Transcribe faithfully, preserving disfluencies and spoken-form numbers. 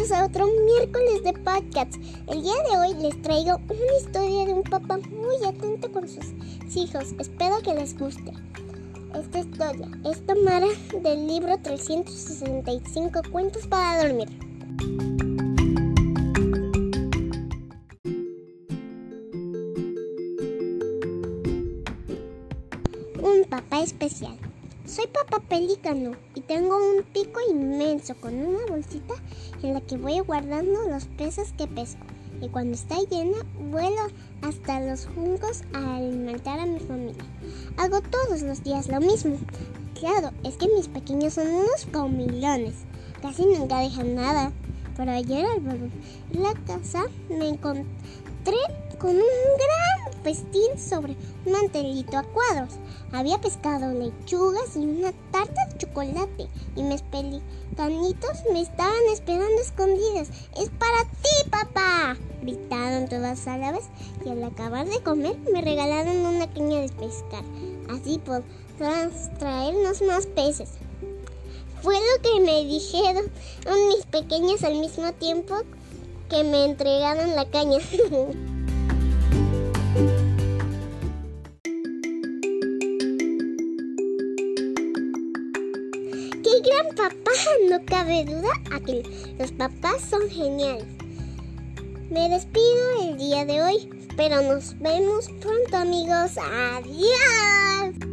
bienvenidos a otro miércoles de podcast. El día de hoy les traigo una historia de un papá muy atento con sus hijos. Espero que les guste. Esta historia es tomada del libro trescientos sesenta y cinco cuentos para dormir. Un papá especial. Soy papá pelícano y tengo un pico inmenso con una bolsita en la que voy guardando los peces que pesco. Y cuando está llena, vuelo hasta los juncos a alimentar a mi familia. Hago todos los días lo mismo. Claro, es que mis pequeños son unos comilones. Casi nunca dejan nada. Pero ayer al volver a la casa me encontré con un gran festín sobre un mantelito a cuadros. Había pescado, lechugas y una tarta de chocolate. Y mis pelicanitos me estaban esperando escondidas. ¡Es para ti, papá!, gritaron todas a la vez. Y al acabar de comer me regalaron una caña de pescar. Así podrás traernos más peces. Fue lo que me dijeron mis pequeños al mismo tiempo que me entregaron la caña. ¡Qué gran papá! No cabe duda a que los papás son geniales. Me despido el día de hoy, pero nos vemos pronto, amigos. ¡Adiós!